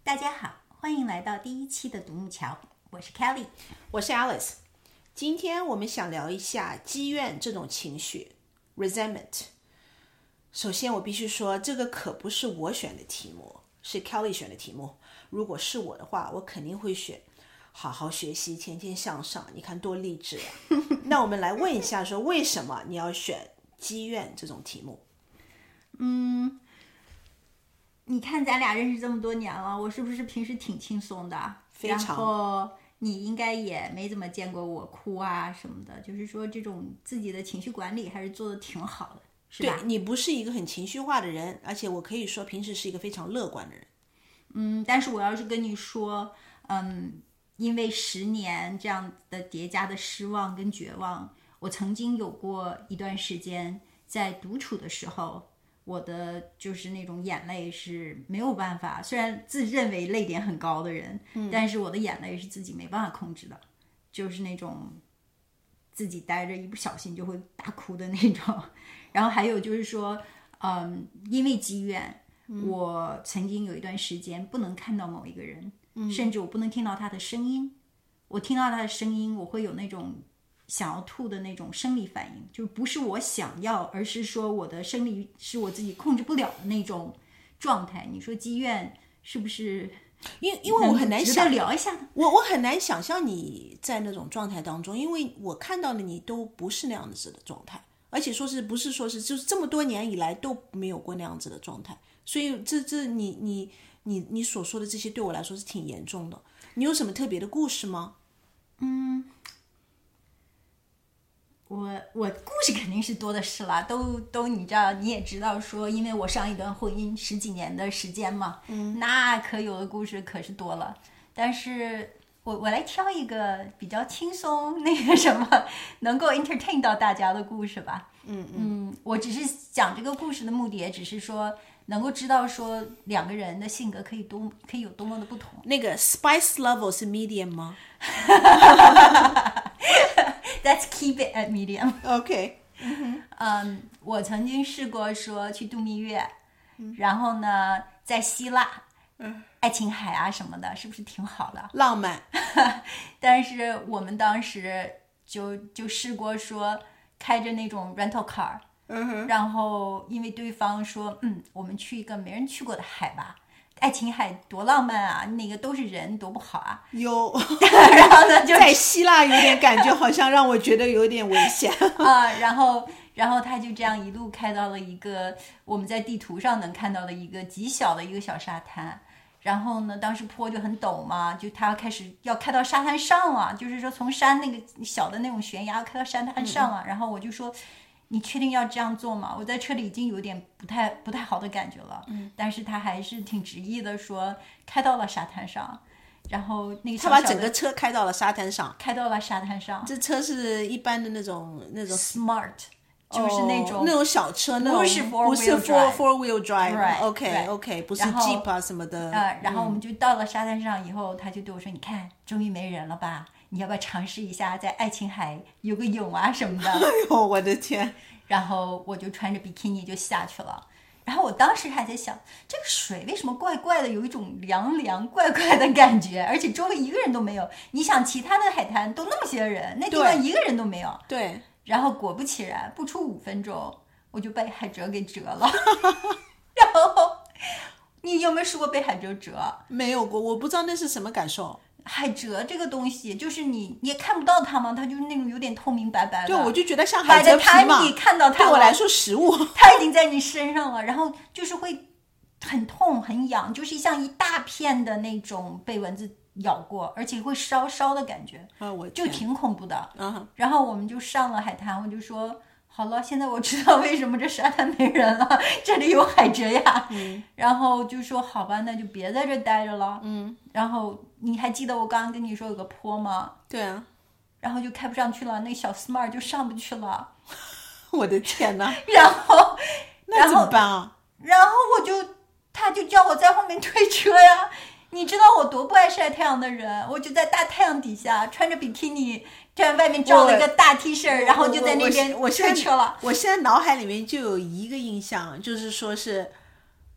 大家好，欢迎来到第一期的独木桥，我是 Kelly， 我是 Alice。今天我们想聊一下积怨这种情绪 resentment。 首先我必须说，这个可不是我选的题目，是 Kelly 选的题目。如果是我的话，我肯定会选好好学习，天天向上，你看多励志呀！那我们来问一下，说为什么你要选积怨这种题目？ 你看咱俩认识这么多年了，我是不是平时挺轻松的？ 非常。 然后你应该也没怎么见过我哭啊什么的，就是说这种自己的情绪管理还是做的挺好的，是吧？ 对，你不是一个很情绪化的人，而且我可以说平时是一个非常乐观的人。 但是我要是跟你说，因为10年这样的叠加的失望跟绝望，我曾经有过一段时间在独处的时候，我的就是那种眼泪是没有办法，虽然自认为泪点很高的人，但是我的眼泪是自己没办法控制的，就是那种自己待着一不小心就会大哭的那种。然后还有就是说，因为积怨，我曾经有一段时间不能看到某一个人，甚至我不能听到他的声音。我听到他的声音，我会有那种想要吐的那种生理反应，就不是我想要，而是说我的生理是我自己控制不了的那种状态。你说积怨是不是？ 因为我很难想聊一下， 我很难想象你在那种状态当中，因为我看到的你都不是那样子的状态，而且不是说是就是这么多年以来都没有过那样子的状态，所以这你所说的这些对我来说是挺严重的。你有什么特别的故事吗？ 我故事肯定是多的是啦，都你知道，你也知道说，因为我上一段婚姻10几年的时间嘛，那可有的故事可是多了。但是我来挑一个比较轻松那个什么，能够 entertain 到大家的故事吧。我只是讲这个故事的目的，也只是说能够知道说两个人的性格可以有多么的不同。 那个 spice level 是 medium 吗 ？Let's keep it at medium. OK. 我曾经试过说去度蜜月，然后呢，在希腊，爱琴海啊什么的，是不是挺好的？ 浪漫。 但是我们当时就试过说开着那种 rental car，然后因为对方说，我们去一个没人去过的海吧。爱琴海多浪漫啊，那个都是人，多不好啊！ 有， 然后呢， 在希腊有点感觉，好像让我觉得有点危险啊。然后他就这样一路开到了一个我们在地图上能看到的一个极小的一个小沙滩。然后呢，当时坡就很陡嘛，就他开始要开到沙滩上了，就是说从山那个小的那种悬崖开到沙滩上了。然后我就说，你确定要这样做吗？我在车里已经有点不太好的感觉了，但是他还是挺执意的说开到了沙滩上，然后那个小小他把整个车开到了沙滩上， 这车是一般的那种 smart， 就是那种小车， 不是 four wheel drive，OK， 不是 Jeep 啊什么的。 然后我们就到了沙滩上以后，他就对我说：“你看，终于没人了吧？你要不要尝试一下在爱琴海游个泳啊什么的？” 哎呦，我的天！ 然后我就穿着比基尼就下去了。然后我当时还在想，这个水为什么怪怪的，有一种凉凉怪怪的感觉，而且周围一个人都没有。你想，其他的海滩都那么些人，那地方一个人都没有。 对。 然后果不其然，不出5分钟，我就被海蜇给蜇了。然后你有没有试过被海蜇蜇？ 没有过，我不知道那是什么感受。 海蜇这个东西，就是你也看不到它嘛，它就是那种有点透明白白的。 对，我就觉得像海蜇皮嘛。 你看到它， 对我来说食物， 它已经在你身上了，然后就是会很痛很痒，就是像一大片的那种被蚊子咬过，而且会烧的感觉，就挺恐怖的。然后我们就上了海滩，我就说好了，现在我知道为什么这沙滩没人了，这里有海蜇呀。然后就说好吧，那就别在这待着了。然后你还记得我刚刚跟你说有个坡吗？ 对啊。 然后就开不上去了，那小 smart 就上不去了。 我的天哪！ 然后那怎么办啊？ 然后他就叫我在后面推车呀。你知道我多不爱晒太阳的人，我就在大太阳底下穿着比基尼，在外面罩了一个大 T 恤，然后就在那边推车了。 我现在脑海里面就有一个印象，就是说是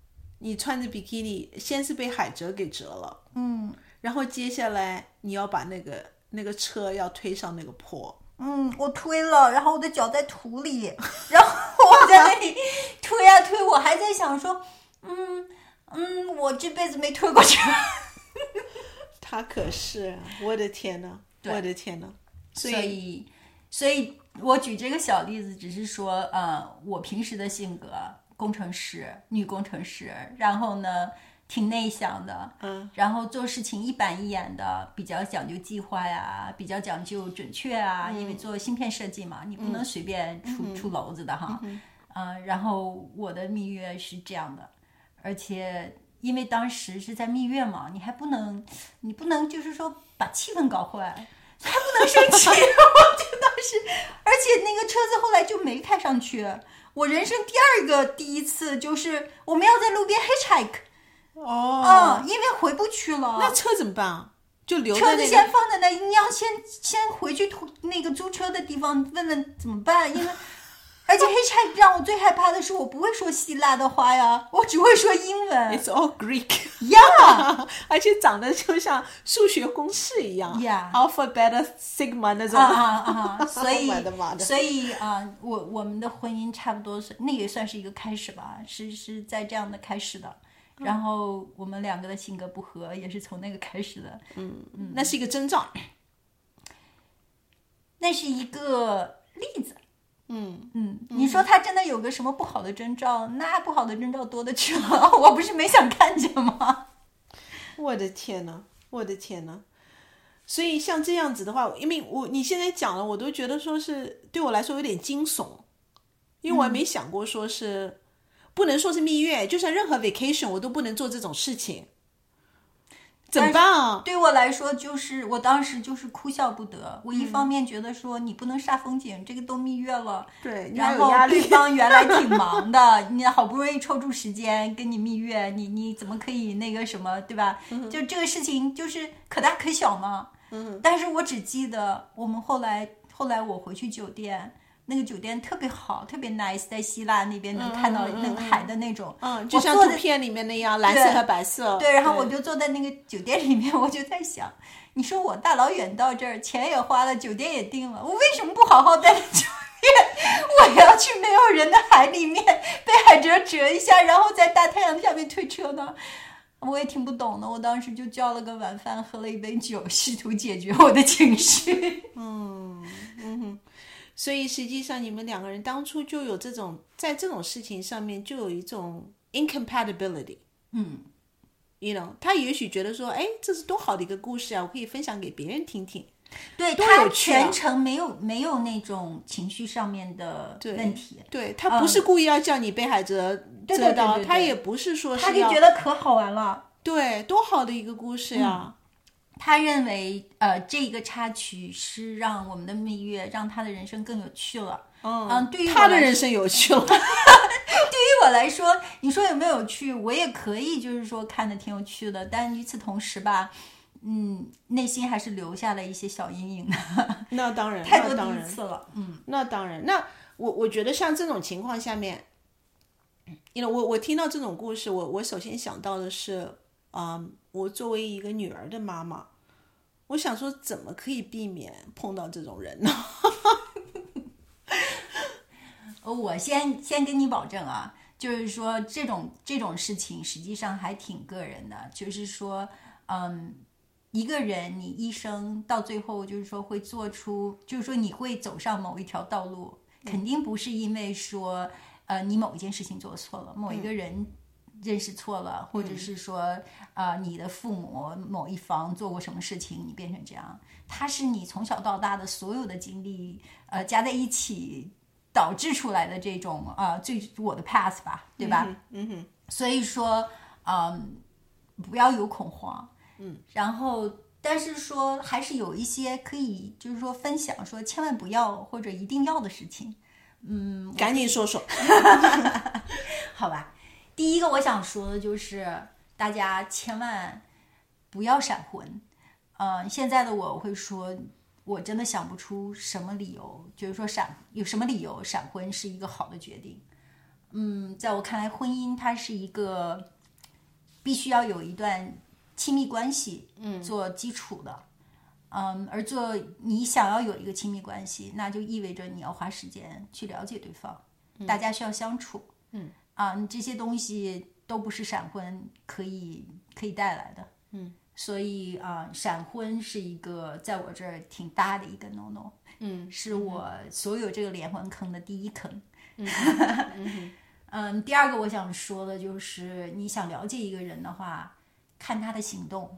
你穿着比基尼，先是被海蜇给折了，然后接下来你要把那个车要推上那个坡。 我推了，然后我的脚在土里，然后我在那里推啊推，我还在想说，我这辈子没推过车。 他可是，我的天哪，我的天哪！ 所以我举这个小例子，只是说，我平时的性格，工程师，女工程师，然后呢，挺内向的，然后做事情一板一眼的，比较讲究计划呀，比较讲究准确啊，因为做芯片设计嘛，你不能随便出篓子的哈，然后我的蜜月是这样的，而且因为当时是在蜜月嘛，你不能就是说把气氛搞坏。还不能生气，我就当时，而且那个车子后来就没开上去。我人生第一次就是我们要在路边 hitchhike，因为回不去了。 那车怎么办啊？就留在那个车子先放在那，你要先回去那个租车的地方问问怎么办，因为。而且 hitchhike 让我最害怕的是我不会说希腊的话呀，我只会说英文。 It's all Greek. Yeah. 而且长得就像数学公式一样。 Yeah. Alpha, Beta, Sigma 那种。 所以我们的婚姻差不多那也算是一个开始吧，是在这样的开始的。然后我们两个的性格不合也是从那个开始的。 那是一个征兆。 那是一个例子。你说他真的有个什么不好的征兆？那不好的征兆多的去了，我不是没想看见吗？ 我的天哪，我的天哪！所以像这样子的话，因为你现在讲了，我都觉得说是对我来说有点惊悚，因为我还没想过说是不能说是蜜月，就算任何 vacation 我都不能做这种事情。怎么办啊？ 对我来说，就是我当时就是哭笑不得。我一方面觉得说你不能煞风景，这个都蜜月了， 对， 然后对方原来挺忙的，你好不容易抽出时间跟你蜜月，你怎么可以那个什么，对吧？就这个事情就是可大可小嘛。但是我只记得我们后来我回去酒店。那个酒店特别好，特别 nice， 在希腊那边能看到那个海的那种， 就像图片里面那样，蓝色和白色。 对，然后我就坐在那个酒店里面，我就在想，你说我大老远到这儿，钱也花了，酒店也订了，我为什么不好好待在酒店？我要去没有人的海里面被海蜇折一下，然后在大太阳下面推车呢？我也听不懂的，我当时就叫了个晚饭，喝了一杯酒，试图解决我的情绪。 所以实际上你们两个人当初就有在这种事情上面就有一种 incompatibility。You know， 他也许觉得说，哎，这是多好的一个故事啊，我可以分享给别人听听。 对，他全程没有那种情绪上面的问题。 对，他不是故意要叫你被海蜇蜇到，他也不是说是他就觉得可好玩了。 对，多好的一个故事呀。 他认为这个插曲是让我们的蜜月让他的人生更有趣了。对于他的人生有趣了。 对于我来说，你说有没有趣，我也可以就是说看着挺有趣的，但与此同时吧，内心还是留下了一些小阴影的。 那当然， 太多第一次了。 那当然，那我觉得像这种情况下面，因为我听到这种故事，我首先想到的是，我作为一个女儿的妈妈，我想说怎么可以避免碰到这种人呢？ 我先跟你保证啊，就是说这种事情实际上还挺个人的，就是说，一个人你一生到最后就是说会做出，就是说你会走上某一条道路，肯定不是因为说你某一件事情做错了，某一个人认识错了，或者是说你的父母某一方做过什么事情你变成这样，它是你从小到大的所有的经历加在一起导致出来的这种我的 path 吧，对吧？所以说不要有恐慌。然后但是说还是有一些可以就是说分享说千万不要或者一定要的事情。 赶紧说说。 好吧，第一个我想说的就是大家千万不要闪婚。现在的我会说我真的想不出什么理由，就是说有什么理由闪婚是一个好的决定。在我看来婚姻它是一个必须要有一段亲密关系做基础的。而你想要有一个亲密关系，那就意味着你要花时间去了解对方，大家需要相处。这些东西都不是闪婚可以带来的。所以闪婚是一个在我这儿挺大的一个 no no。是我所有这个连环坑的第一坑。第二个我想说的就是，你想了解一个人的话，看他的行动，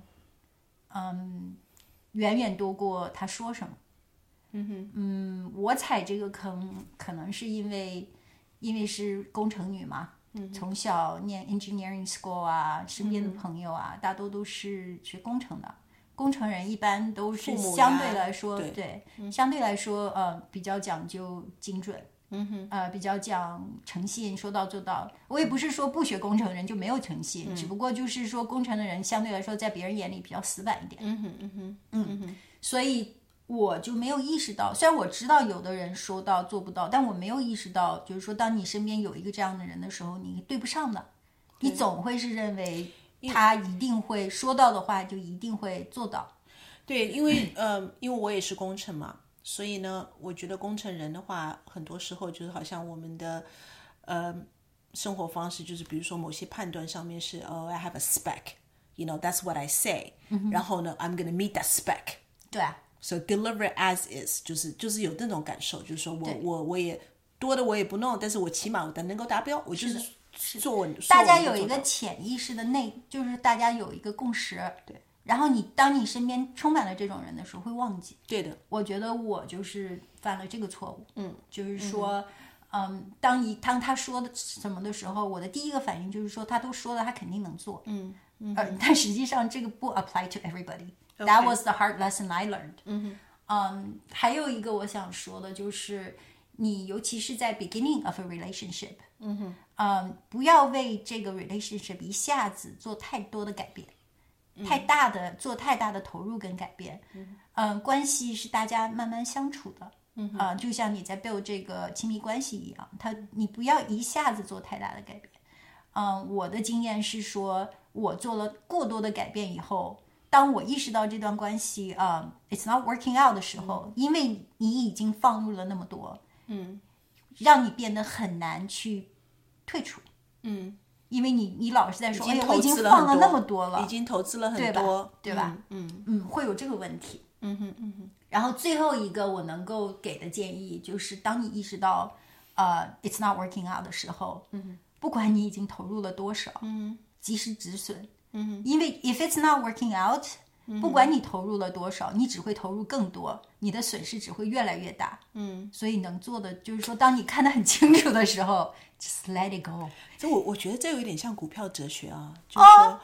远远多过他说什么。我踩这个坑，可能是因为是工程女嘛，从小念 engineering school 啊，身边的朋友啊，大多都是学工程的。工程人一般都是相对来说，相对来说，比较讲究精准。比较讲诚信，说到做到。我也不是说不学工程人就没有诚信，只不过就是说工程的人相对来说在别人眼里比较死板一点。所以我就没有意识到，虽然我知道有的人说到做不到，但我没有意识到，就是说当你身边有一个这样的人的时候，你对不上的，你总会是认为他一定会说到的话就一定会做到。 对，因为我也是工程嘛。所以呢，我觉得工程人的话，很多时候就是好像我们的生活方式，就是比如说某些判断上面是I have a spec，you know that's what I say，然后呢 I'm gonna meet that spec。 对啊。 So deliver as is， 就是有那种感受，就是说我也多的我也不弄，但是我起码我能够达标，我就是做。 大家有一个潜意识的就是大家有一个共识。 对。 然后当你身边充满了这种人的时候，会忘记。 对的， 我觉得我就是犯了这个错误。就是说，当他说的什么的时候，我的第一个反应就是说，他都说了，他肯定能做。但实际上这个不 apply to everybody。That was the hard lesson I learned。还有一个我想说的就是，你尤其是在 beginning of a relationship，不要为这个 relationship 一下子做太多的改变。做太大的投入跟改变。关系是大家慢慢相处的。就像你在 build 这个亲密关系一样，你不要一下子做太大的改变。我的经验是说，我做了过多的改变以后，当我意识到这段关系it's not working out 的时候，因为你已经放入了那么多，让你变得很难去退出。因为你老是在说，哎，我已经放了那么多了， 已经投资了很多， 对吧？会有这个问题。然后最后一个我能够给的建议就是，当你意识到it's not working out 的时候，不管你已经投入了多少，及时止损。因为 if it's not working out，不管你投入了多少，你只会投入更多，你的损失只会越来越大。所以能做的就是说，当你看得很清楚的时候，just let it go。 我觉得这有点像股票哲学啊，就是说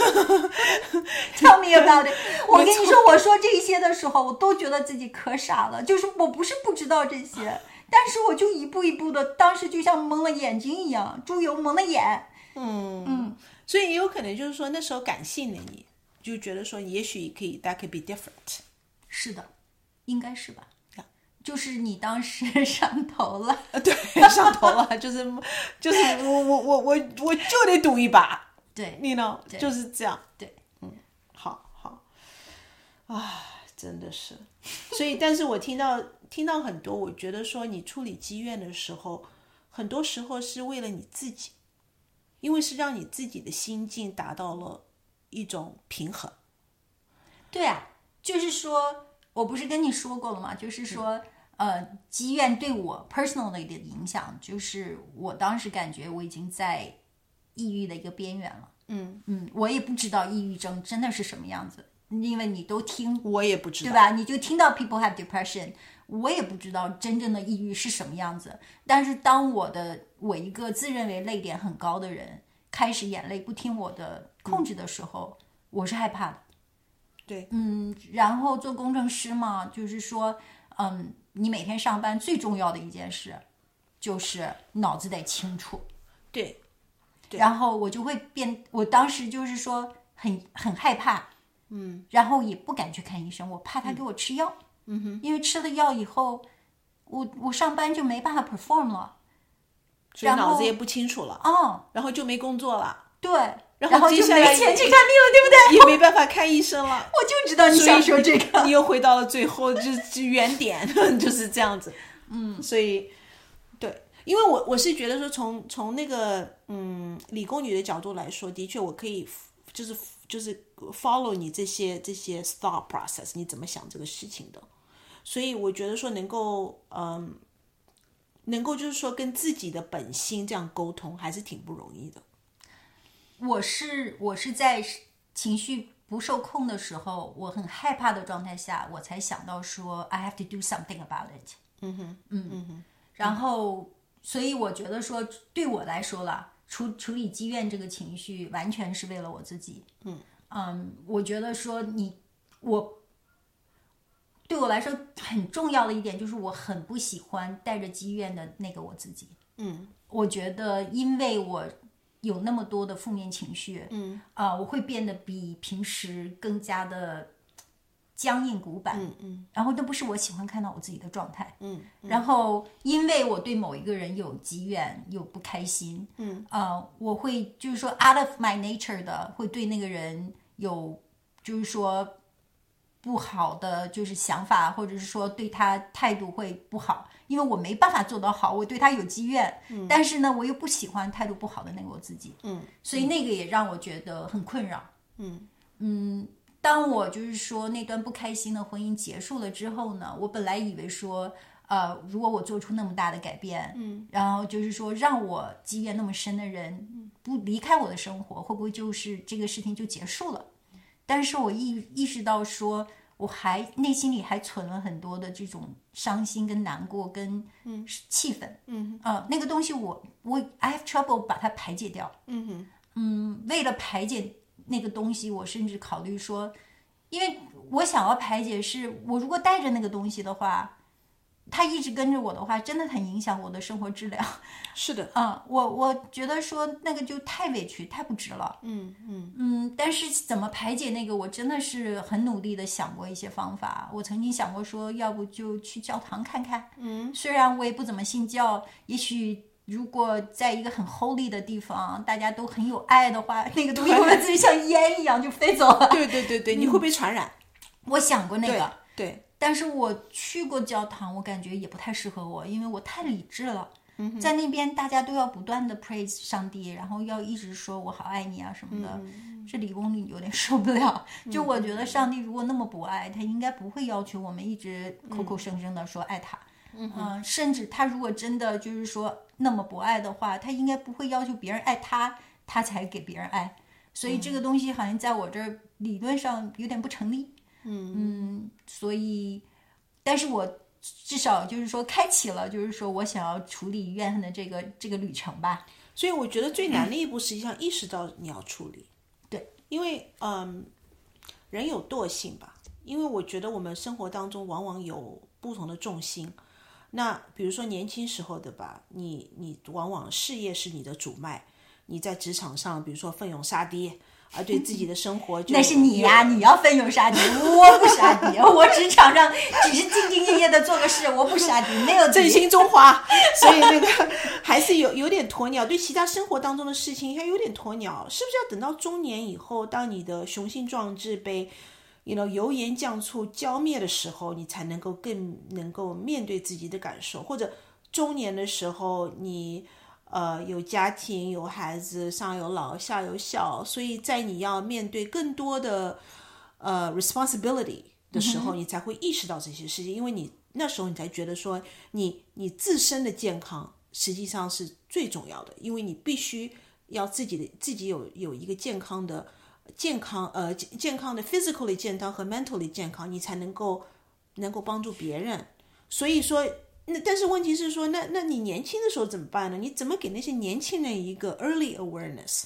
，Tell me about it。我跟你说，我说这些的时候，我都觉得自己可傻了。就是我不是不知道这些，但是我就一步一步的，当时就像蒙了眼睛一样，猪油蒙了眼。 所以也有可能就是说那时候感性的你就觉得说，也许可以 that could be different。 是的，应该是吧。就是你当时上头了。 对，上头了，就是我就得赌一把。 对， 你 know 就是这样。 对， 好真的是。所以但是我听到很多，我觉得说你处理积怨的时候，很多时候是为了你自己，因为是让你自己的心境达到了一种平衡。 对啊，就是说我不是跟你说过了吗？就是说积怨对我 personally 的影响，就是我当时感觉我已经在抑郁的一个边缘了。我也不知道抑郁症真的是什么样子，因为你都听， 我也不知道， 对吧？你就听到 people have depression， 我也不知道真正的抑郁是什么样子。但是当我一个自认为泪点很高的人开始眼泪不听我的控制的时候，我是害怕的。 对， 然后做工程师嘛，就是说，你每天上班最重要的一件事就是脑子得清楚。 对， 然后我就会我当时就是说很害怕，然后也不敢去看医生，我怕他给我吃药，因为吃了药以后，我上班就没办法 perform 了， 所以脑子也不清楚了，然后就没工作了。 对， 然后就接下来没钱去看病了，对不对？ 也没办法看医生了。 我就知道你想说这个， 你又回到了最后就原点，就是这样子。所以对，因为我是觉得说从那个理工女的角度来说，的确我可以就是 follow 你这些 thought process， 你怎么想这个事情的。所以我觉得说能够就是说跟自己的本心这样沟通，还是挺不容易的。 我是在情绪不受控的时候，我很害怕的状态下，我才想到说 I have to do something about it。然后所以我觉得说对我来说啦，处理积怨这个情绪完全是为了我自己。我觉得说对我来说很重要的一点就是我很不喜欢带着积怨的那个我自己。我觉得因为我有那么多的负面情绪，我会变得比平时更加的僵硬骨板，然后这不是我喜欢看到我自己的状态，然后因为我对某一个人有积怨有不开心，我会就是说 out of my nature 的会对那个人有就是说不好的就是想法，或者是说对他态度会不好，因为我没办法做到好，我对他有积怨，但是呢我又不喜欢态度不好的那个我自己，所以那个也让我觉得很困扰。当我就是说那段不开心的婚姻结束了之后呢，我本来以为说如果我做出那么大的改变，然后就是说让我积怨那么深的人不离开我的生活，会不会就是这个事情就结束了？但是我意识到说我还内心里还存了很多的这种伤心跟难过跟气愤，那个东西我 I have trouble 把它排解掉。为了排解那个东西，我甚至考虑说，因为我想要排解，是我如果带着那个东西的话，它一直跟着我的话，真的很影响我的生活质量。 是的， 我觉得说那个就太委屈，太不值了。但是怎么排解那个，我真的是很努力的想过一些方法。我曾经想过说，要不就去教堂看看。虽然我也不怎么信教，也许如果在一个很 holy 的地方，大家都很有爱的话，那个东西会不会自己像烟一样就飞走了？ 对，你会不会传染？ 我想过那个， 对， 但是我去过教堂，我感觉也不太适合我，因为我太理智了。在那边大家都要不断的 praise 上帝，然后要一直说我好爱你啊什么的，这理工女有点受不了。就我觉得上帝如果那么不爱，他应该不会要求我们一直口口声声的说爱他。甚至他如果真的就是说那么不爱的话，他应该不会要求别人爱他，他才给别人爱。所以这个东西好像在我这儿理论上有点不成立。所以，但是我至少就是说开启了，就是说我想要处理怨恨的这个旅程吧。 所以我觉得最难的一步，实际上意识到你要处理。 对， 因为人有惰性吧。因为我觉得我们生活当中往往有不同的重心。那比如说年轻时候的吧，你往往事业是你的主脉，你在职场上比如说奋勇杀敌，而对自己的生活就那是你呀，你要奋勇杀敌，我不杀敌，我职场上只是兢兢业业的做个事，我不杀敌，没有振兴中华。所以那个还是有点鸵鸟，对其他生活当中的事情还有点鸵鸟。是不是要等到中年以后，当你的雄心壮志被油盐酱醋浇灭的时候，你才能够更能够面对自己的感受，或者中年的时候你有家庭有孩子，上有老下有小，所以在你要面对更多的responsibility 的时候，你才会意识到这些事情，因为你那时候你才觉得说你自身的健康实际上是最重要的，因为你必须要自己有一个健康的 physically 健康和 mentally 健康，你才能够帮助别人。所以说但是问题是说那你年轻的时候怎么办呢？你怎么给那些年轻人一个 early awareness？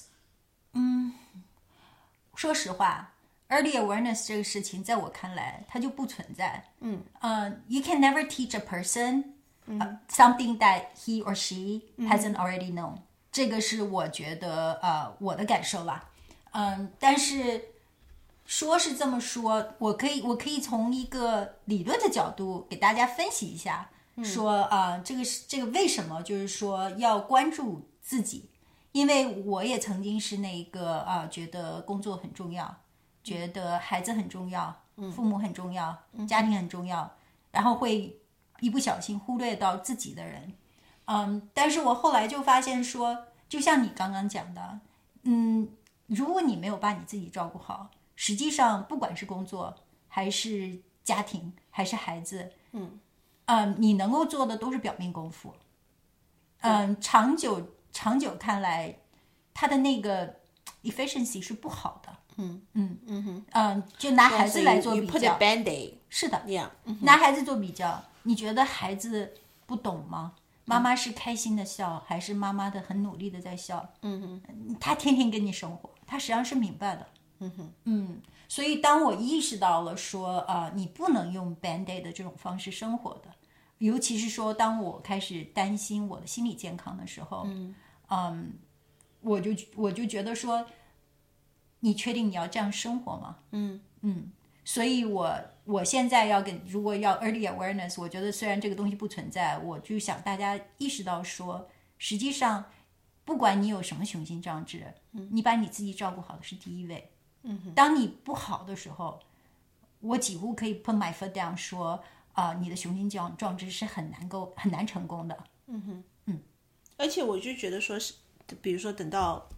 说实话 early awareness 这个事情在我看来它就不存在。You can never teach a person something that he or she hasn't already known。这个是我觉得我的感受啦。但是说是这么说，我可以从一个理论的角度给大家分析一下，说这个为什么就是说要关注自己， 因为我也曾经是那个觉得工作很重要，觉得孩子很重要，父母很重要，家庭很重要，然后会一不小心忽略到自己的人。但是我后来就发现说，就像你刚刚讲的，如果你没有把你自己照顾好，实际上不管是工作还是家庭还是孩子，你能够做的都是表面功夫。长久看来，它的那个 efficiency 是不好的。就拿孩子来做比 You put 较 a band-aid. 是的 Yeah. 拿孩子做比较，你觉得孩子不懂吗？妈妈是开心的笑，还是妈妈的很努力的在笑？他天天跟你生活，他实际上是明白的。所以当我意识到了说，你不能用 band-aid 的这种方式生活的，尤其是说当我开始担心我的心理健康的时候，我就觉得说，你确定你要这样生活吗？所以我现在如果要 early awareness， 我觉得虽然这个东西不存在，我就想大家意识到说，实际上不管你有什么雄心壮志，你把你自己照顾好的是第一位。当你不好的时候，我几乎可以 put my foot down 说，你的雄心壮志是很难成功的。 而且我就觉得说是，比如说等到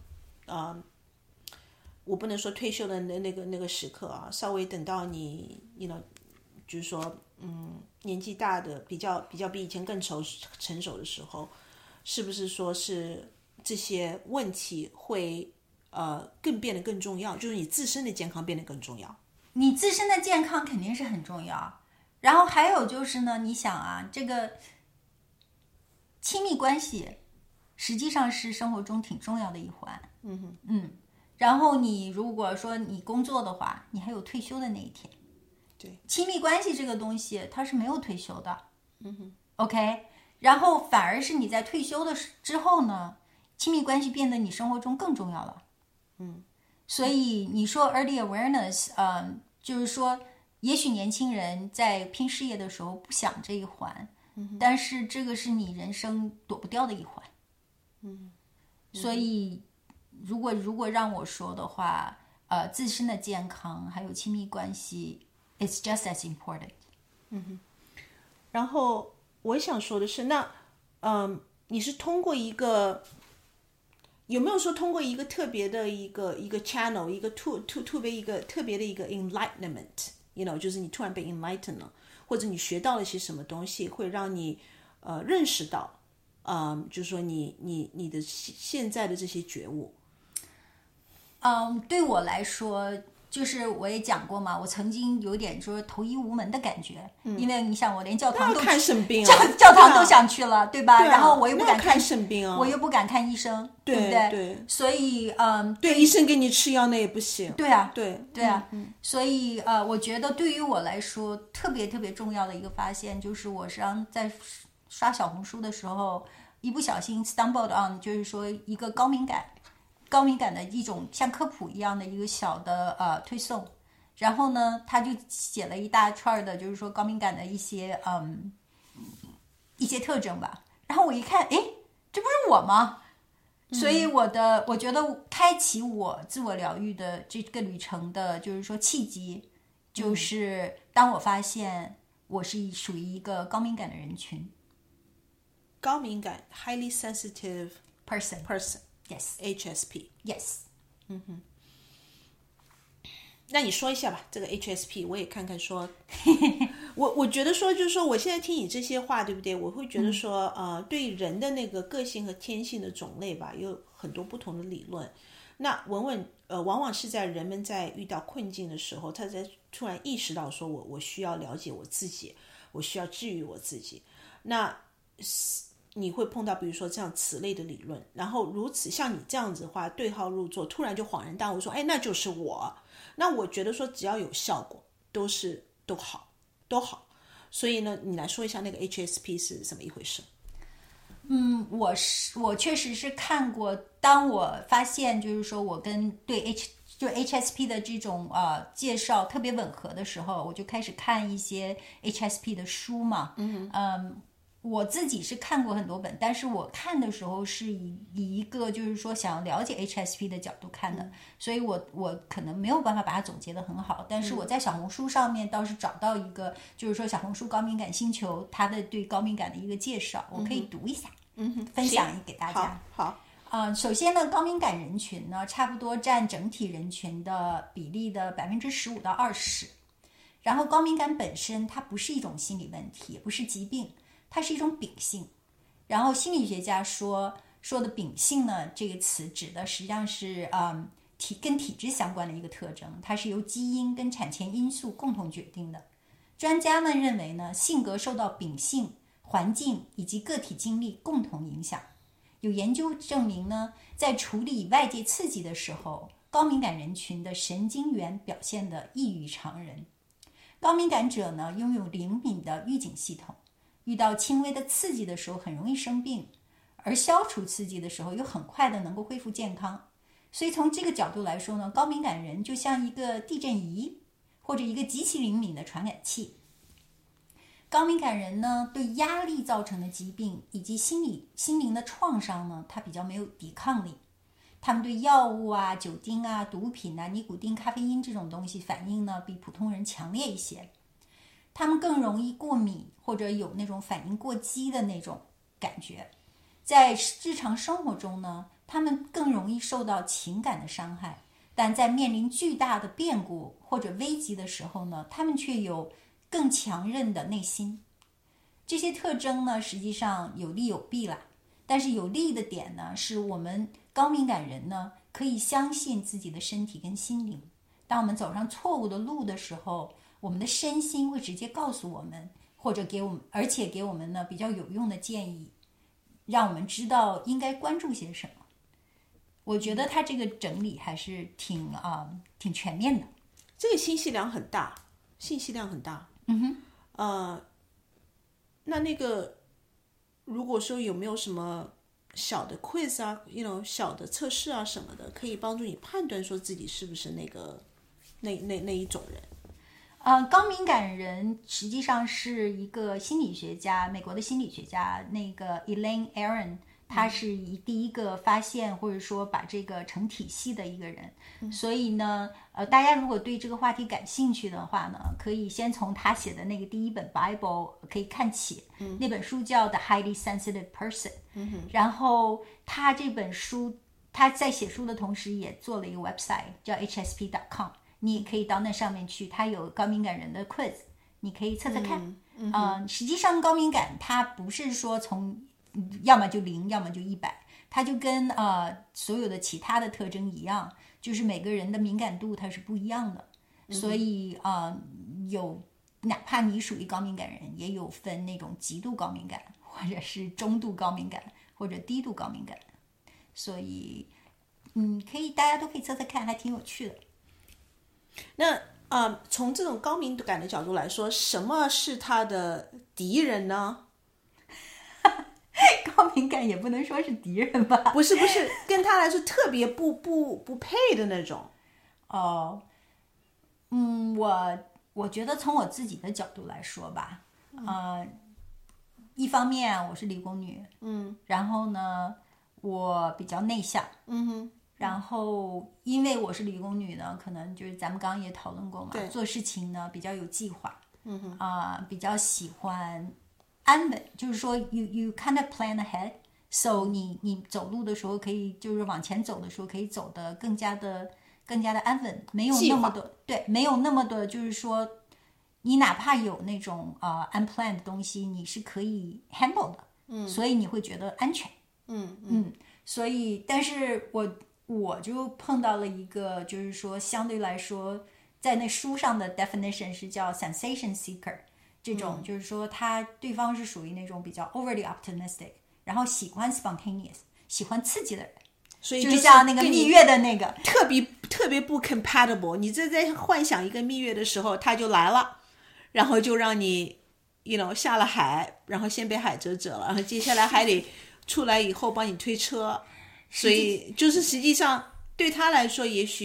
我不能说退休的那个时刻啊，稍微等到你就是说年纪大的比较比以前更成熟的时候，是不是说是这些问题会变得更重要，就是你自身的健康变得更重要。 你自身的健康肯定是很重要，然后还有就是呢，你想啊，这个亲密关系实际上是生活中挺重要的一环。然后你如果说你工作的话，你还有退休的那一天。 对， 亲密关系这个东西它是没有退休的。OK， 然后反而是你在退休的之后呢，亲密关系变得你生活中更重要了。所以你说 early awareness，就是说，也许年轻人在拼事业的时候不想这一环，但是这个是你人生躲不掉的一环。所以如果让我说的话，自身的健康还有亲密关系 ，it's just as important。 然后我想说的是，那你是通过有没有说通过一个特别的一个 channel， 一个特别的一个 enlightenment， 就是你突然被 enlighten 了，或者你学到了些什么东西，会让你认识到，就是说你的现在的这些觉悟。 对我来说，就是我也讲过嘛，我曾经有点说投医无门的感觉，因为你想，我连教堂都看肾病啊， 教堂都想去了，对吧？ 对啊， 然后我又不敢看肾病啊， 我又不敢看医生，对不对？ 对， 所以对医生给你吃药那也不行。 对啊， 对啊，所以我觉得对于我来说，特别特别重要的一个发现，就是我实际上在刷小红书的时候，一不小心 stumbled on， 就是说一个高敏感的一种像科普一样的一个小的推送，然后呢，他就写了一大串的，就是说高敏感的一些特征吧。然后我一看，诶，这不是我吗？所以我觉得开启我自我疗愈的这个旅程的，就是说契机，就是当我发现我是属于一个高敏感的人群。 高敏感 highly sensitive person。Yes. HSP. Yes. 那你说一下吧，这个 HSP 我也看看说，我觉得说就是说，我现在听你这些话，对不对？我会觉得说，对人的那个个性和天性的种类吧，有很多不同的理论。那往往是在人们在遇到困境的时候，他才突然意识到说我需要了解我自己，我需要治愈我自己。那你会碰到比如说这样此类的理论，然后如此像你这样子的话对号入座，突然就恍然大悟说，哎，那就是我。那我觉得说只要有效果都好。所以呢，你来说一下那个 HSP 是什么一回事？ 我确实是看过，当我发现就是说我跟HSP 的这种介绍特别吻合的时候，我就开始看一些 HSP 的书嘛。 我自己是看过很多本，但是我看的时候是以一个就是说想要了解 HSP 的角度看的，所以我可能没有办法把它总结得很好，但是我在小红书上面倒是找到一个，就是说小红书高敏感星球它的对高敏感的一个介绍，我可以读一下，分享给大家。 好。 首先呢，高敏感人群呢，差不多占整体人群的比例的15%到20%。然后高敏感本身它不是一种心理问题，也不是疾病，它是一种秉性。然后心理学家说的秉性呢，这个词指的实际上是跟体质相关的一个特征，它是由基因跟产前因素共同决定的。专家们认为呢，性格受到秉性、环境以及个体经历共同影响。有研究证明呢，在处理外界刺激的时候，高敏感人群的神经元表现得异于常人。高敏感者呢，拥有灵敏的预警系统，遇到轻微的刺激的时候很容易生病，而消除刺激的时候又很快的能够恢复健康。所以从这个角度来说呢，高敏感人就像一个地震仪或者一个极其灵敏的传感器。高敏感人呢，对压力造成的疾病以及心灵的创伤呢，他比较没有抵抗力。他们对药物啊、酒精啊、毒品啊、尼古丁、咖啡因这种东西反应呢，比普通人强烈一些。他们更容易过敏或者有那种反应过激的那种感觉。在日常生活中呢，他们更容易受到情感的伤害，但在面临巨大的变故或者危机的时候呢，他们却有更强韧的内心。这些特征呢，实际上有利有弊啦。但是有利的点呢，是我们高敏感人呢，可以相信自己的身体跟心灵。当我们走上错误的路的时候，我们的身心会直接告诉我们，或者而且给我们呢比较有用的建议，让我们知道应该关注些什么。我觉得他这个整理还是挺全面的。 这个信息量很大。那个如果说有没有什么小的 quiz 啊小的测试啊什么的，可以帮助你判断说自己是不是那一种人？ 高敏感人实际上是一个心理学家，美国的心理学家，那个 Elaine Aron， 他是第一个发现或者说把这个成体系的一个人。所以呢，大家如果对这个话题感兴趣的话呢，可以先从他写的那个第一本 Bible 可以看起。那本书叫 The Highly Sensitive Person。然后他这本书，他在写书的同时也做了一个 website 叫 hsp.com， 你也可以到那上面去，他有高敏感人的 quiz， 你可以测测看。实际上高敏感它不是说从要么就0，要么就100，它就跟所有的其他的特征一样，就是每个人的敏感度它是不一样的。所以哪怕你属于高敏感人，也有分那种极度高敏感，或者是中度高敏感，或者低度高敏感。所以大家都可以测测看，还挺有趣的。 那从这种高敏感的角度来说，什么是他的敌人呢？ 高敏感也不能说是敌人吧？ 不是，跟他来说特别不配的那种。 我觉得从我自己的角度来说吧，一方面我是理工女，然后呢，我比较内向，然后因为我是理工女呢，可能就是咱们刚刚也讨论过嘛，做事情呢比较有计划，比较喜欢安稳，就是说 you kind of plan ahead， so 你走路的时候可以，就是往前走的时候可以走得更加的安稳，没有那么多，对，没有那么多，就是说你哪怕有那种unplanned 的东西，你是可以 handle 的，所以你会觉得安全，所以但是我就碰到了一个，就是说相对来说，在那书上的 definition 是叫 sensation seeker， 这种就是说对方是属于那种比较 overly optimistic， 然后喜欢 spontaneous， 喜欢刺激的人， 所以就像那个蜜月的那个特别不 compatible。你在幻想一个蜜月的时候，他就来了，然后就让你下了海，然后先被海蜇蜇了，然后接下来还得出来以后帮你推车。所以就是实际上对他来说，也许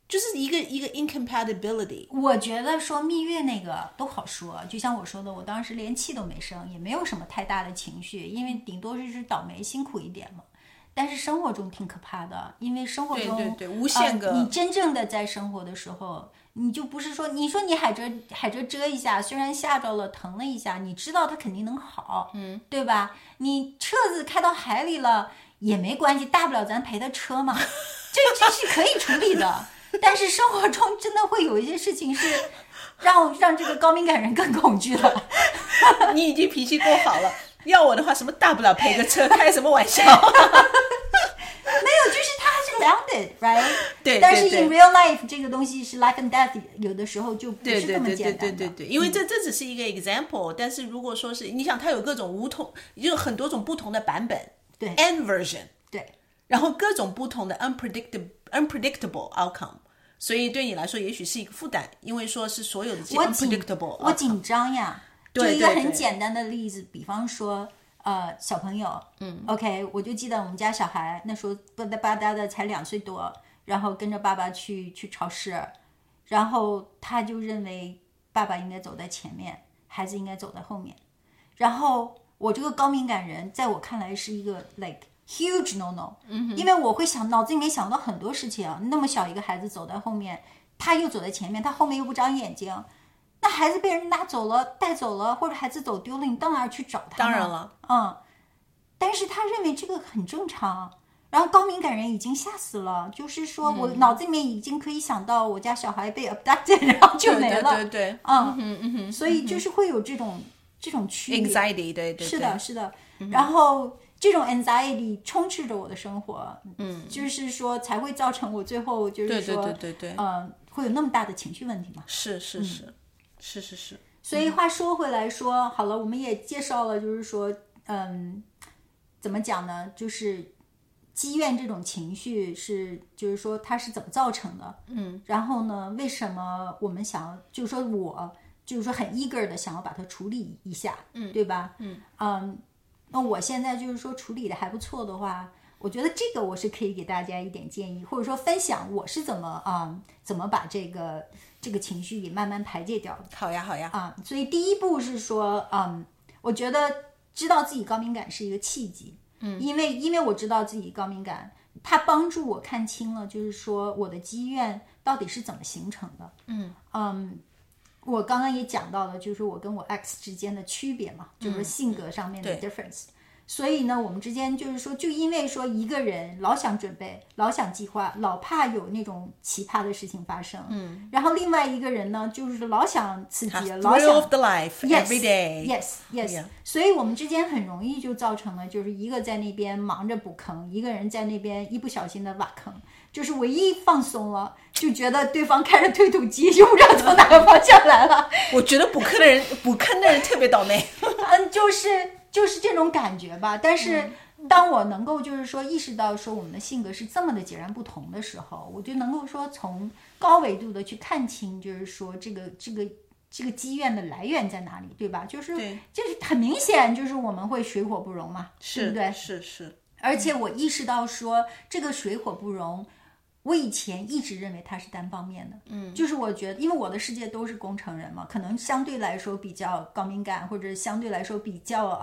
就是一个 incompatibility。 我觉得说蜜月那个都好说，就像我说的，我当时连气都没生，也没有什么太大的情绪，因为顶多就是倒霉辛苦一点嘛。但是生活中挺可怕的，因为生活中对无限个、 你真正的在生活的时候，你就不是说你说你海蜇蛰一下，虽然吓着了疼了一下，你知道它肯定能好，对吧？你车子开到海里了也没关系，大不了咱赔他车嘛，这是可以处理的。但是生活中真的会有一些事情是让这个高敏感人更恐惧的。 你已经脾气够好了，要我的话，什么大不了赔个车，开什么玩笑？ 没有，就是它还是 bounded right 对， 但是 in real life 这个东西是 life and death， 有的时候就不是这么简单的。 对，因为这只是一个 example，但是如果说是你想它有各种有很多种不同的版本， 对 ，and version， 对， 然后各种不同的 unpredictable outcome， 所以对你来说也许是一个负担，因为说是所有的这些 unpredictable outcome， 我紧张呀。就一个很简单的例子，比方说小朋友，OK， 我就记得我们家小孩那时候吧嗒吧嗒的才2岁多，然后跟着爸爸去超市，然后他就认为爸爸应该走在前面，孩子应该走在后面，然后我这个高敏感人在我看来是一个 like huge no no，因为我会脑子里面想到很多事情，那么小一个孩子走在后面，他又走在前面，他后面又不长眼睛，那孩子被人拿走了带走了，或者孩子走丢了，你到哪儿去找他呢？ 当然了， 但是他认为这个很正常，然后高敏感人已经吓死了，就是说我脑子里面已经可以想到我家小孩被 abducted， 然后就没了， 对， 所以就是会有这种区别 anxiety， 对， 是的，然后这种 anxiety 充斥着我的生活，就是说才会造成我最后就是说， 对， 会有那么大的情绪问题嘛， 是。 所以话说回来说，好了，我们也介绍了，就是说，怎么讲呢？就是积怨这种情绪是，就是说它是怎么造成的？然后呢，为什么我们想要，就是说我就是说很 eager 的想要把它处理一下，对吧？那我现在就是说处理的还不错的话，我觉得这个我是可以给大家一点建议，或者说分享我是怎么把这个情绪给慢慢排解掉的。 好呀， 所以第一步是说，我觉得知道自己高敏感是一个契机，因为我知道自己高敏感，它帮助我看清了，就是说我的积怨到底是怎么形成的。我刚刚也讲到了，就是我跟我 X 之间的区别嘛，就是性格上面的 difference。所以呢，我们之间就是说，就因为说一个人老想准备，老想计划，老怕有那种奇葩的事情发生，然后另外一个人呢，就是老想刺激，老想 thrill of the life every day，yes， 所以我们之间很容易就造成了，就是一个在那边忙着补坑，一个人在那边一不小心的挖坑，就是唯一放松了，就觉得对方开着推土机，就不知道从哪个方向来了。 我觉得补坑的人特别倒霉。 就是这种感觉吧。但是当我能够就是说意识到说我们的性格是这么的截然不同的时候，我就能够说从高维度的去看清，就是说这个积怨的来源在哪里，对吧？就是很明显，就是我们会水火不容嘛，对不对？ 是。 而且我意识到说这个水火不容，我以前一直认为它是单方面的，就是我觉得因为我的世界都是工程人嘛，可能相对来说比较高敏感，或者相对来说比较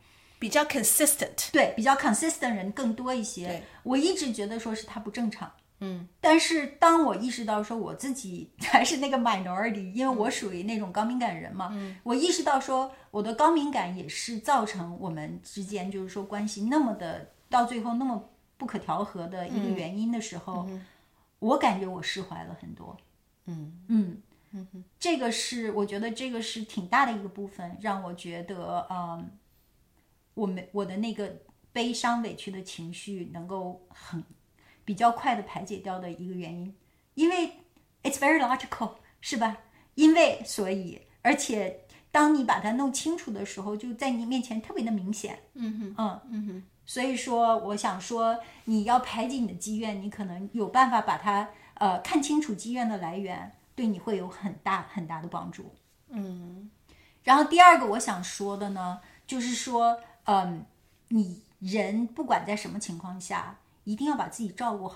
consistent， 对，比较 consistent 人更多一些。我一直觉得说是他不正常，但是当我意识到说我自己还是那个 minority， 因为我属于那种高敏感人嘛，我意识到说我的高敏感也是造成我们之间就是说关系那么的到最后那么不可调和的一个原因的时候，我感觉我释怀了很多。这个是我觉得这个是挺大的一个部分，让我觉得我的那个悲伤委屈的情绪能够比较快的排解掉的一个原因，因为 it's very logical， 是吧？所以而且当你把它弄清楚的时候，就在你面前特别的明显。所以说我想说你要排解你的积怨，你可能有办法把它看清楚积怨的来源，对你会有很大很大的帮助。然后第二个我想说的呢，就是说你人不管在什么情况下一定要把自己照顾好。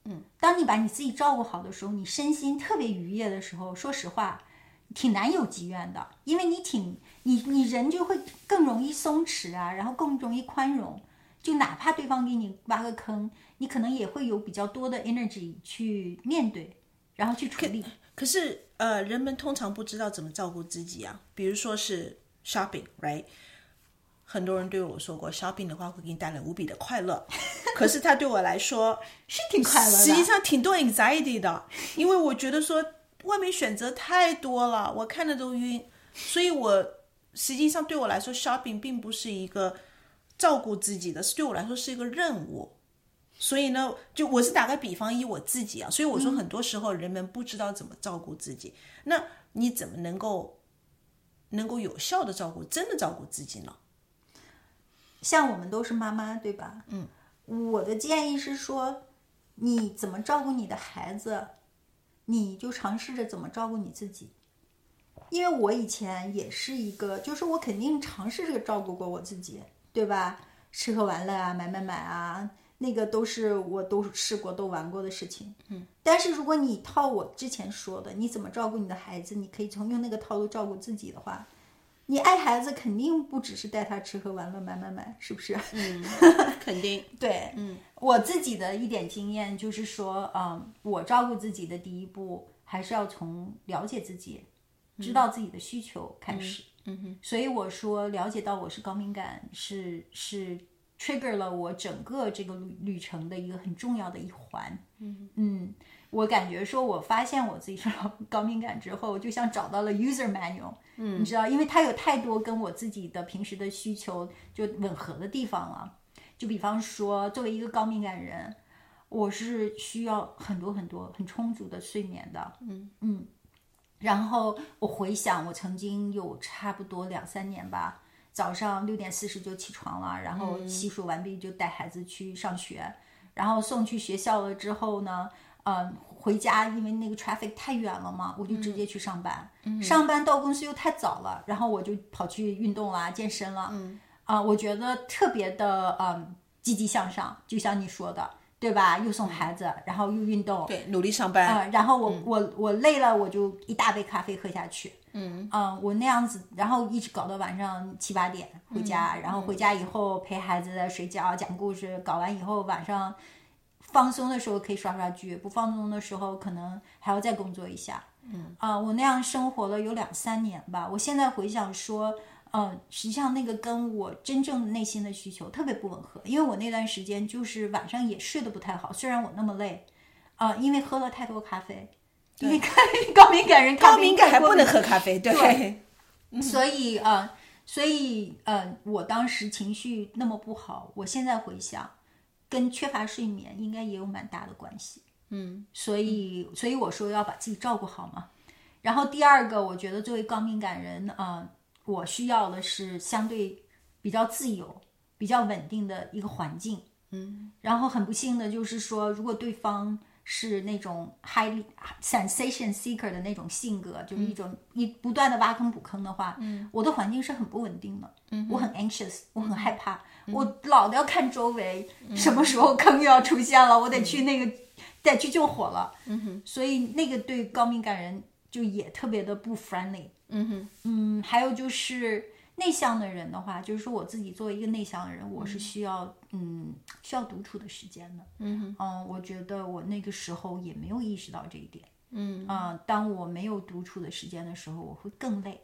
当你把你自己照顾好的时候，你身心特别愉悦的时候，说实话，挺难有积怨的，因为你人就会更容易松弛啊，然后更容易宽容。就哪怕对方给你挖个坑，你可能也会有比较多的 energy 去面对，然后去处理。 可是人们通常不知道怎么照顾自己啊，比如说是 shopping，right？很多人对我说过 shopping 的话会给你带来无比的快乐，可是它对我来说是挺快乐的， 实际上挺多 anxiety 的，因为我觉得说外面选择太多了，我看着都晕，所以我实际上对我来说 shopping 并不是一个照顾自己的，对我来说是一个任务。所以呢，就我是打个比方，以我自己啊，所以我说很多时候人们不知道怎么照顾自己，那你怎么能够有效的照顾，真的照顾自己呢？ 像我们都是妈妈，对吧？我的建议是说，你怎么照顾你的孩子，你就尝试着怎么照顾你自己。因为我以前也是一个，就是我肯定尝试着照顾过我自己，对吧？吃喝玩乐啊，买啊，那个我都试过、都玩过的事情。但是如果你套我之前说的，你怎么照顾你的孩子，你可以用那个套路照顾自己的话，你爱孩子肯定不只是带他吃喝玩乐、买，是不是？ 肯定。 对，我自己的一点经验就是说，我照顾自己的第一步还是要从了解自己、知道自己的需求开始。所以我说，了解到我是高敏感是 trigger 了我整个这个旅程的一个很重要的一环。我感觉说，我发现我自己是高敏感之后，就像找到了 user manual。你知道，因为它有太多跟我自己的平时的需求就吻合的地方了。就比方说，作为一个高敏感人，我是需要很多很充足的睡眠的。然后我回想，我曾经有差不多2-3年吧，早上6点40就起床了，然后洗漱完毕就带孩子去上学，然后送去学校了之后呢，回家因为那个 traffic 太远了嘛，我就直接去上班。上班到公司又太早了，然后我就跑去运动啦、健身了。我觉得特别的积极向上，就像你说的。对吧？又送孩子，然后又运动， 对，努力上班。 然后我累了，我就一大杯咖啡喝下去。我那样子，然后一直搞到晚上7、8点回家，然后回家以后陪孩子睡觉、讲故事，搞完以后晚上放松的时候可以刷剧，不放松的时候可能还要再工作一下。我那样生活了有2-3年吧。我现在回想说。实际上那个跟我真正内心的需求特别不吻合，因为我那段时间就是晚上也睡得不太好，虽然我那么累，因为喝了太多咖啡，因为高敏感人高敏感还不能喝咖啡，对， 所以我当时情绪那么不好，我现在回想，跟缺乏睡眠应该也有蛮大的关系。所以我说要把自己照顾好嘛。然后第二个，我觉得作为高敏感人，我需要的是相对比较自由、比较稳定的一个环境。然后很不幸的就是说，如果对方是那种 highly sensation seeker 的那种性格，就是一种不断的挖坑补坑的话，我的环境是很不稳定的。我很 anxious， 我很害怕，我老的要看周围什么时候坑又要出现了，我得去得去救火了。所以那个对高敏感人就也特别的不 friendly。还有就是内向的人的话，就是说我自己作为一个内向的人，我是需要独处的时间的。我觉得我那个时候也没有意识到这一点。当我没有独处的时间的时候，我会更累。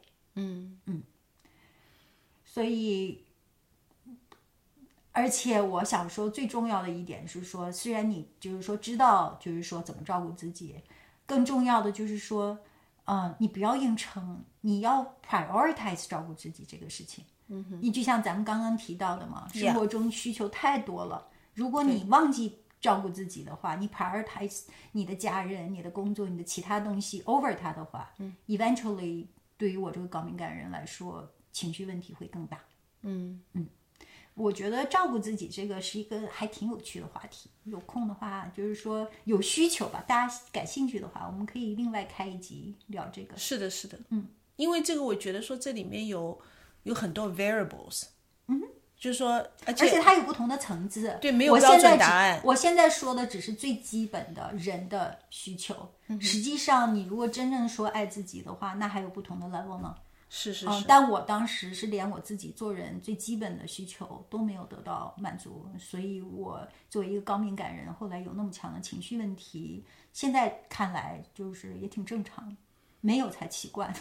所以，而且我小时候最重要的一点是说，虽然你就是说知道，就是说怎么照顾自己，更重要的就是说。你不要硬撑，你要 prioritize 照顾自己这个事情。你就像咱们刚刚提到的嘛，生活中需求太多了。如果你忘记照顾自己的话，你 prioritize 你的家人、你的工作、你的其他东西 over 它的话，eventually 对于我这个高敏感人来说，情绪问题会更大。我觉得照顾自己这个是一个还挺有趣的话题，有空的话就是说有需求吧，大家感兴趣的话，我们可以另外开一集聊这个。 是的，因为这个我觉得说这里面有很多 variables， 就是说，而而且它有不同的层次。 对，没有标准答案。 我现在说的只是最基本的人的需求。实际上，你如果真正说爱自己的话，那还有不同的 level 呢。 是。 但我当时是连我自己做人最基本的需求都没有得到满足，所以我作为一个高敏感人，后来有那么强的情绪问题，现在看来就是也挺正常，没有才奇怪。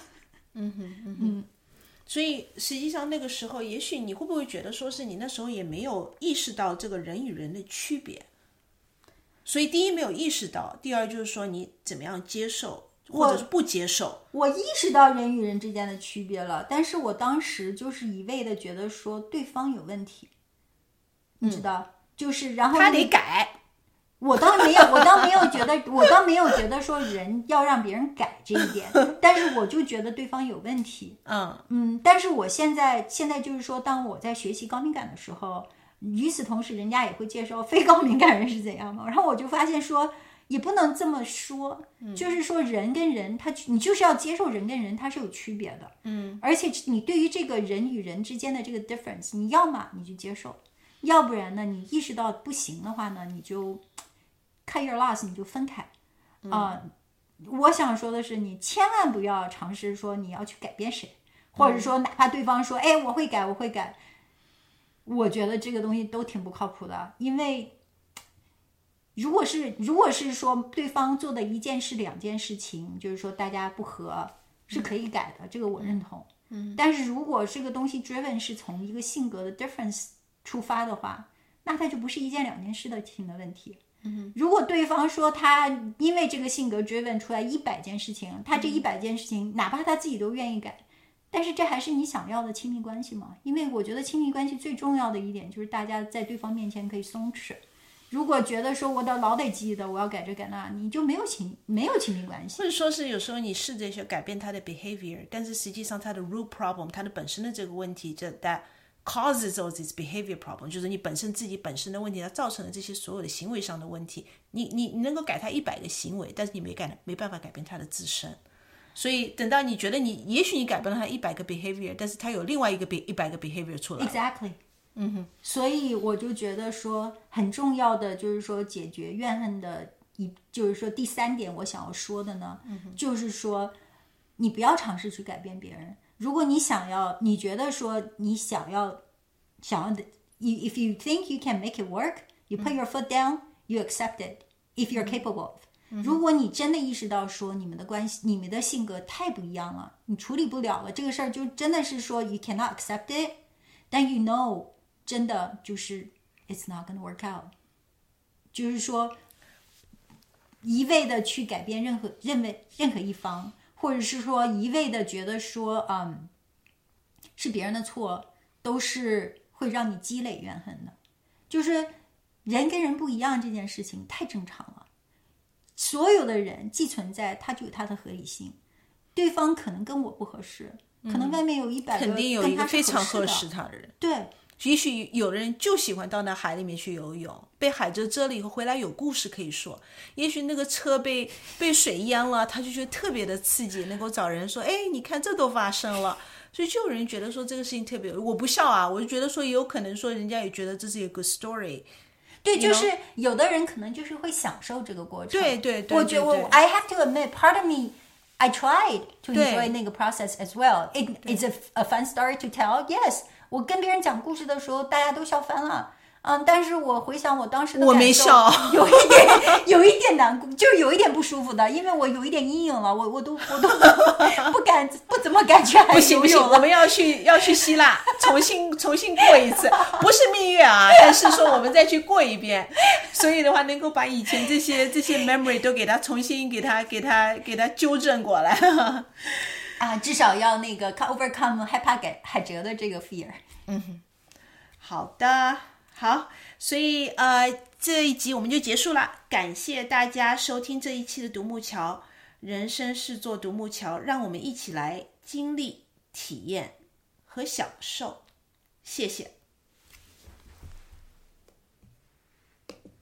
所以实际上那个时候，也许你会不会觉得说是你那时候也没有意识到这个人与人的区别？所以第一没有意识到，第二就是说你怎么样接受或者是不接受。 我意识到人与人之间的区别了，但是我当时就是一味的觉得说对方有问题，你知道，就是然后他得改。 我倒没有觉得说人要让别人改这一点，但是我就觉得对方有问题。但是我现在就是说，当我在学习高敏感的时候，与此同时，人家也会介绍非高敏感人是怎样嘛，然后我就发现说，也不能这么说，就是说人跟人你就是要接受人跟人它是有区别的。而且你对于这个人与人之间的这个 difference， 你要么你就接受，要不然呢，你意识到不行的话呢，你就cut your loss， 你就分开。我想说的是，你千万不要尝试说你要去改变谁，或者说哪怕对方说，哎，我会改，我觉得这个东西都挺不靠谱的。因为如果是说对方做的一件事两件事情，就是说大家不合是可以改的，这个我认同。但是如果这个东西 driven 是从一个性格的 difference 出发的话，那它就不是一件两件事情的问题。如果对方说他因为这个性格 driven 出来100件事情，他这100件事情哪怕他自己都愿意改，但是这还是你想要的亲密关系吗？因为我觉得亲密关系最重要的一点就是大家在对方面前可以松弛。如果觉得说我老得记得我要改这改那，你就没有亲密关系。 或者说是有时候你试着去改变他的 behavior， 但是实际上他的 root problem， 他的本身的这个问题，这 that causes all this behavior problem， 就是你自己本身的问题，它造成了这些所有的行为上的问题。你能够改他100个行为，但是你没办法改变他的自身。所以等到你觉得也许你改变了他100个 behavior， 但是他有另外一个100个 behavior 出来。 Exactly。所以我就觉得说很重要的就是说解决怨恨的就是说第3点我想要说的呢，就是说你不要尝试去改变别人。如果你觉得说你想要的 if you think you can make it work, you put your foot down, you accept it if you're capable of。如果你真的意识到说你们的关系你们的性格太不一样了，你处理不了了，这个事儿就真的是说 you cannot accept it, then you know真的就是 it's not gonna work out。 就是说一味的去改变任何一方，或者是说一味的觉得说是别人的错，都是会让你积累怨恨的。就是人跟人不一样这件事情太正常了，所有的人既存在它就有它的合理性。对方可能跟我不合适，可能外面有100个肯定有一个非常合适他的人。 对， 也许有的人就喜欢到那海里面去游泳，被海蜇了以后回来有故事可以说。也许那个车被水淹了，他就觉得特别的刺激，能够找人说，哎，你看这都发生了。所以就有人觉得说这个事情特别，我不笑啊，我就觉得说也有可能说人家也觉得这是一个 good story。 对，就是有的人可能就是会享受这个过程。 对， 我觉得I have to admit, part of me, I tried to enjoy 那个 process as well. It's a fun story to tell. Yes, 我跟别人讲故事的时候，大家都笑翻了。但是我回想我当时的感受， 我没笑， 有一点难过，就是有一点不舒服的，因为我有一点阴影了，我都不怎么敢去海游泳了。 我们要去希腊，重新过一次，不是蜜月啊，但是说我们再去过一遍。所以的话，能够把以前这些 memory 都给它重新给它纠正过来。 至少要那个 overcome 害怕海蜇的这个 fear。 好的。好，所以这一集我们就结束了，感谢大家收听这一期的独木桥。人生是座独木桥，让我们一起来经历、体验和享受。谢谢。